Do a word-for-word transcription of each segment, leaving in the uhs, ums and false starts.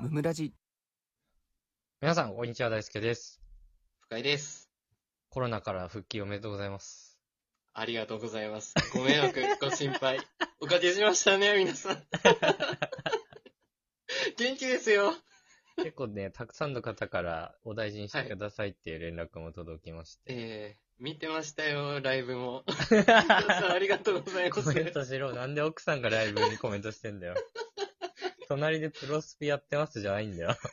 ムムラジ。 皆さん、こんにちは。大輔です。 深井です。 コロナから復帰おめでとうございます。 ありがとうございます。ご迷惑、ご心配、おかけしましたね、皆さん。元気ですよ。 結構ね、たくさんの方からお大事にしてくださいっていう連絡も届きまして。 えー、見てましたよ、ライブも。皆さんありがとうございまコす。 メントしろ。なんで奥さんがライブにコメントしてんだよ。隣でプロスピやってますじゃないんだよ。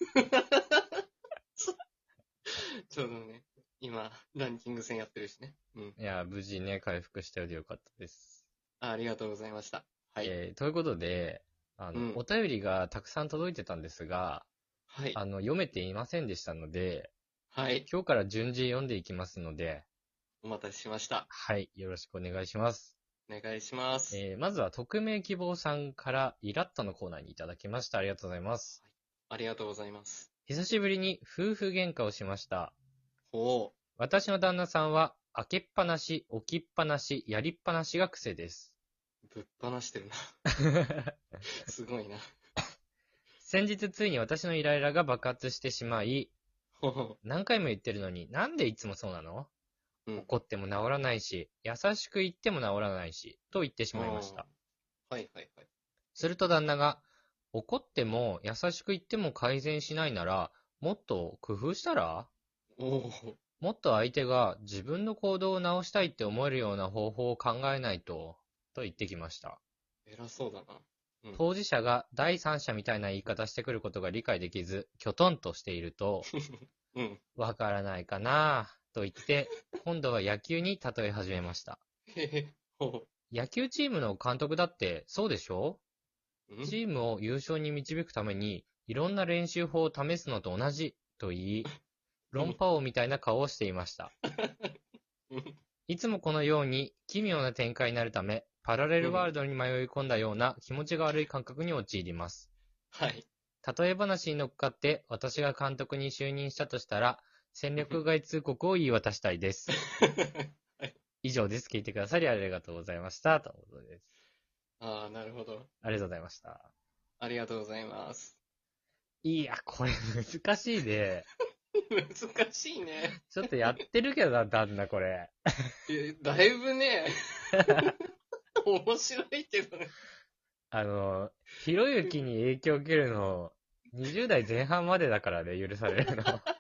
ちょうどね、今、ランキング戦やってるしね。うん。 いや、無事ね、回復したようでよかったです。 あ、ありがとうございました。はい。 えー、ということで、あの、 うんお便りがたくさん届いてたんですが、 はい。 あの、読めていませんでしたので、 はい。 今日から順次読んでいきますので、 お待たせしました。 はい、よろしくお願いします。 お願いします。 えー、まずは匿名希望さんからイラッとのコーナーにいただきました。ありがとうございます。 ありがとうございます。 久しぶりに夫婦喧嘩をしました。 ほ私の旦那さんは開けっぱなし、置きっぱなし、やりっぱなしが癖です。 う、ぶっ放してるな。すごいな。 先日ついに私のイライラが爆発してしまい、 ほほ。 何回も言ってるのになんでいつもそうなの？ うん。 怒っても治らないし、優しく言っても治らないし、と言ってしまいました。 はいはいはい。 すると旦那が、怒っても優しく言っても改善しないなら、もっと工夫したら？ おお。 もっと相手が自分の行動を直したいって思えるような方法を考えないと、と言ってきました。 偉そうだな。うん、 当事者が第三者みたいな言い方してくることが理解できず、きょとんとしていると、 うん。 わからないかなぁ、と言って、今度は野球に例え始めました。 へへ、ほ野球チームの監督だってそうでしょ？ う。 チームを優勝に導くために、いろんな練習法を試すのと同じ、と言い、論破王みたいな顔をしていました。いつもこのように奇妙な展開になるため、パラレルワールドに迷い込んだような気持ちが悪い感覚に陥ります。 はい。 例え話に乗っかって私が監督に就任したとしたら、戦力外通告を言い渡したいです。 はい、 以上です。聞いてくださりありがとうございました。ということです。 ああ、なるほど。 ありがとうございました。 ありがとうございます。 いや、これ難しいね。 難しいね。 ちょっとやってるけどな、旦那これ。 え、だいぶね、面白いけどね。 あの、ひろゆきに影響を受けるの、にじゅう代前半までだからね、許されるの。 確か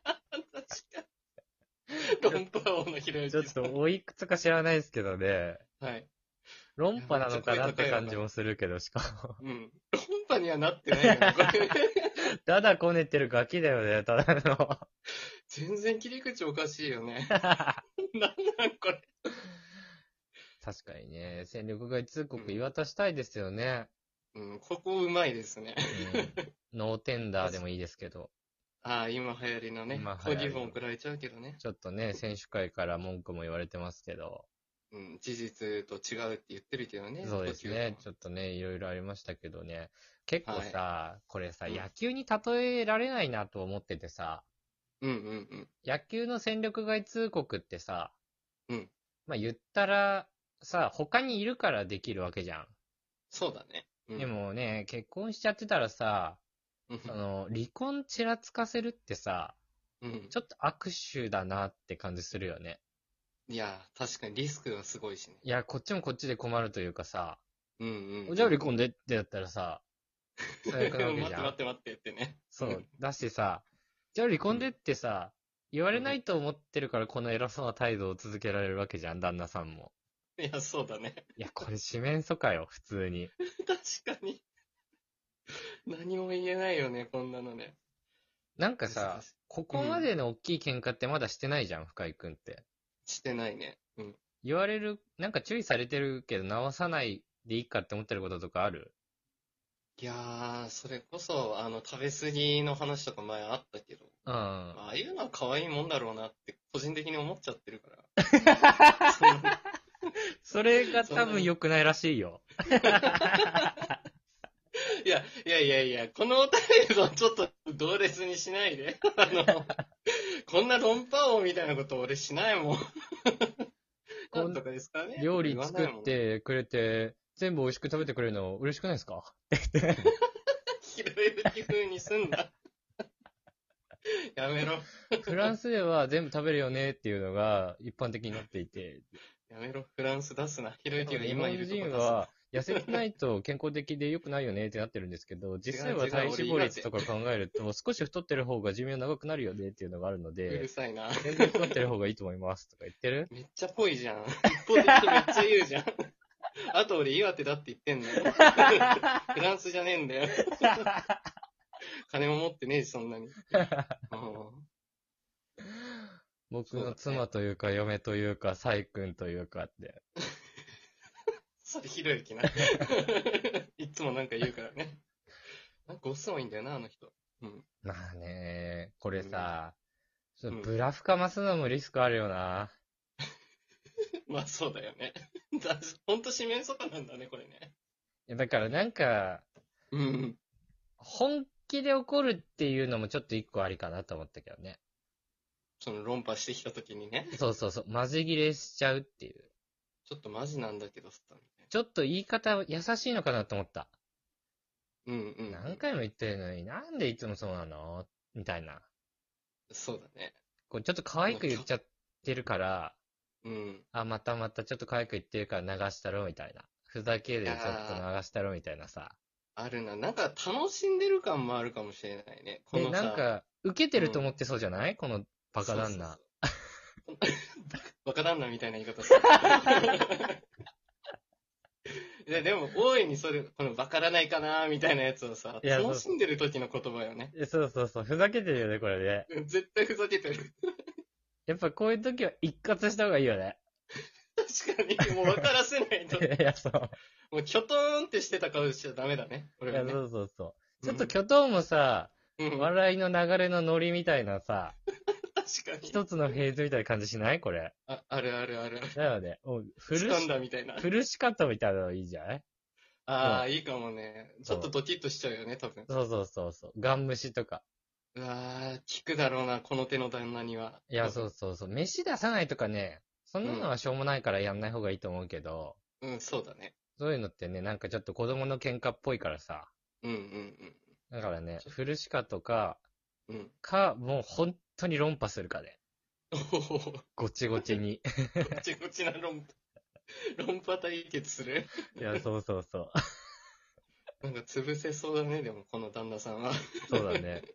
に。論破王のひろゆきちょっとおいくつか知らないですけどね。 はい。 論破なのかなって感じもするけど、しかも。 うん。論破にはなってないよね、これ。 ただこねてるガキだよね、ただの。 全然切り口おかしいよね。なんなんこれ。 確かにね、戦力外通告言い渡したいですよね。 うん、ここうまいですね。 うん。ノーテンダーでもいいですけど。 ああ、今流行りのね。 今流行りの抗議本送られちゃうけどね。 ちょっとね、選手会から文句も言われてますけど。 うん、事実と違うって言ってるけどね。 そうですね。ちょょっとね、いろいろありましたけどね。結構さ、 はこれさ、 うん野球に例えられないなと思っててさ、 うんうんうん。 野球の戦力外通告ってさ、 うん。 まあ言ったらさ、他にいるからできるわけじゃん。 そうだね。うん、 でもね、結婚しちゃってたらさ、 うん、 その、離婚ちらつかせるってさ、 うん。 ちょっと握手だなって感じするよね。 いや、確かにリスクがすごいしね。 いや、こっちもこっちで困るというかさ、 うんうん、うん。 じゃあ離婚でってやったらさ、最悪なわけじゃん。 待って待って待ってってね。 そう。だしさ、じゃあ離婚でってさ、言われないと思ってるからこの偉そうな態度を続けられるわけじゃん、旦那さんも。 いや、そうだね。 いや、これ四面楚歌よ、普通に。 確かに。何も言えないよね、こんなのね。 なんかさ難しい、 ここまでの大きい喧嘩ってまだしてないじゃん、深井くんって。 してないね。うん。 言われる、なんか注意されてるけど直さないでいいかって思ってることとかある？ いやー、それこそ、あの、食べ過ぎの話とか前あったけど、 うん。 ああいうのは可愛いもんだろうなって、個人的に思っちゃってるから。 それが多分良くないらしいよ。 いや、いやいやいや、このお便りをちょっと同列にしないで。あの、こんな論破王みたいなこと俺しないもん。なんとかですかね。 料理作ってくれて、全部美味しく食べてくれるの嬉しくないですかって言って。 ひろゆき風にすんな。 やめろ。 フランスでは全部食べるよねっていうのが一般的になっていて、 やめろ。フランス出すな。ひろゆきが日本今いるとこ人出すな。 は痩せてないと健康的で良くないよねってなってるんですけど、実際は違う違う体脂肪率とか考えると、少し太ってる方が寿命長くなるよねっていうのがあるのうるで、 さいな。 全然太ってる方がいいと思いますとか言ってるめっちゃぽいじゃん。一方的にめっちゃ言うじゃん。あと俺岩手だって言ってんのよ。フランスじゃねえんだよ。金も持ってねえし、そんなに。うん僕の妻というか、嫁というか、サイ君というかって。 それひろゆきな。いつもなんか言うからね。なんか押すのいいんだよな、あの人。うん。 まあね、これさ、ちょっうんとブラフかますのもリスクあるよな。 まあそうだよね。だほんと四面楚歌なんだね、これね。 いやだからなんか、 うん。 本気で怒るっていうのもちょっと一個ありかなと思ったけどね。 その論破してきたときにね。 そうそうそう、マジ切れしちゃうっていう。 ちょっとマジなんだけどさ、みたいちょっと言い方優しいのかなと思った。 な。うんうん。 何回も言ってるのになんでいつもそうなのみたいな。 そうだね。 こうちょっと可愛く言っちゃってるから、 うん。 あ、またまたちょっと可愛く言ってるから流したろみたいな。ふざけでちょっと流したろみたいなさ。 あるな。なんか楽しんでる感もあるかもしれないね。こで、 のさ。 なんか、受けてると思ってそうじゃない、このバカ旦那。 そうそうそうバカ旦那みたいな言い方する。ででも、大いにそれ、このバカらないかなみたいなやつをさ、 いや楽しんでる時の言葉よね。 えそうそうそう、ふざけてるよね、これね。 うん絶対ふざけてる。 やっぱこういう時は一括した方がいいよね。 確かに、もう分からせないと。 いや、そう。 もう、キョトーンってしてた顔しちゃダメだね。こいや、 れはね。 そうそうそう。ちょっと巨頭もさ、 うん、 笑いの流れのノリみたいなさ、 確かに。 一つのフェーズみたいな感じしないこれ。 あ、あるあるある。 だよね。もう、フル掴んシ、 だみたいな。 フルシカットみたいなのいいじゃないああ、いいかもね。ちょっとドキッとしちゃうよね、多分。 そうそうそうそう。ガン虫とか。 うわー、効くだろうな、この手の旦那には。 いや、そうそうそう。飯出さないとかね、そんなのはしょうもないからやんない方がいいと思うけど、 うん、そうだね。 そういうのってね、なんかちょっと子供の喧嘩っぽいからさ。 うんうんだからね、フルシカとか、 うん。うん。 か、もう本当に論破するかで。 おお、 ごちごちに。 ごちごちな論破、論破対決する。 いや、そうそうそう。 なんか潰せそうだね、でも、この旦那さんは。 そうだね。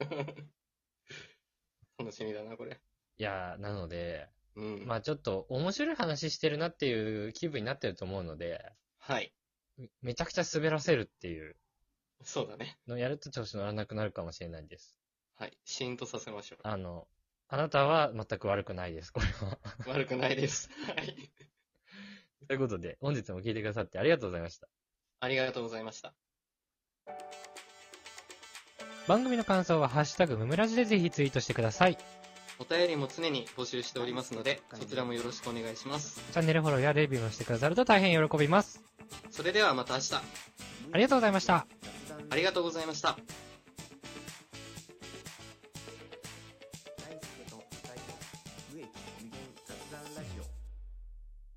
楽しみだな、これ。 いや、なので、 うん。 まあちょっと面白い話してるなっていう気分になってると思うので、 はい。 めめちゃくちゃ滑らせるっていうそうだね。 のをやると調子乗らなくなるかもしれないです。 はい。シーンとさせましょう。 あの、あなたは全く悪くないです、これは。 悪くないです。はい。 ということで、本日も聞いてくださってありがとうございました。 ありがとうございました。 番組の感想はハッシュタグムムラジでぜひツイートしてください。 お便りも常に募集しておりますので、そちらもよろしくお願いします。 チャンネルフォローやレビューもしてくださると大変喜びます。 それではまた明日。 ありがとうございました。 ありがとうございました。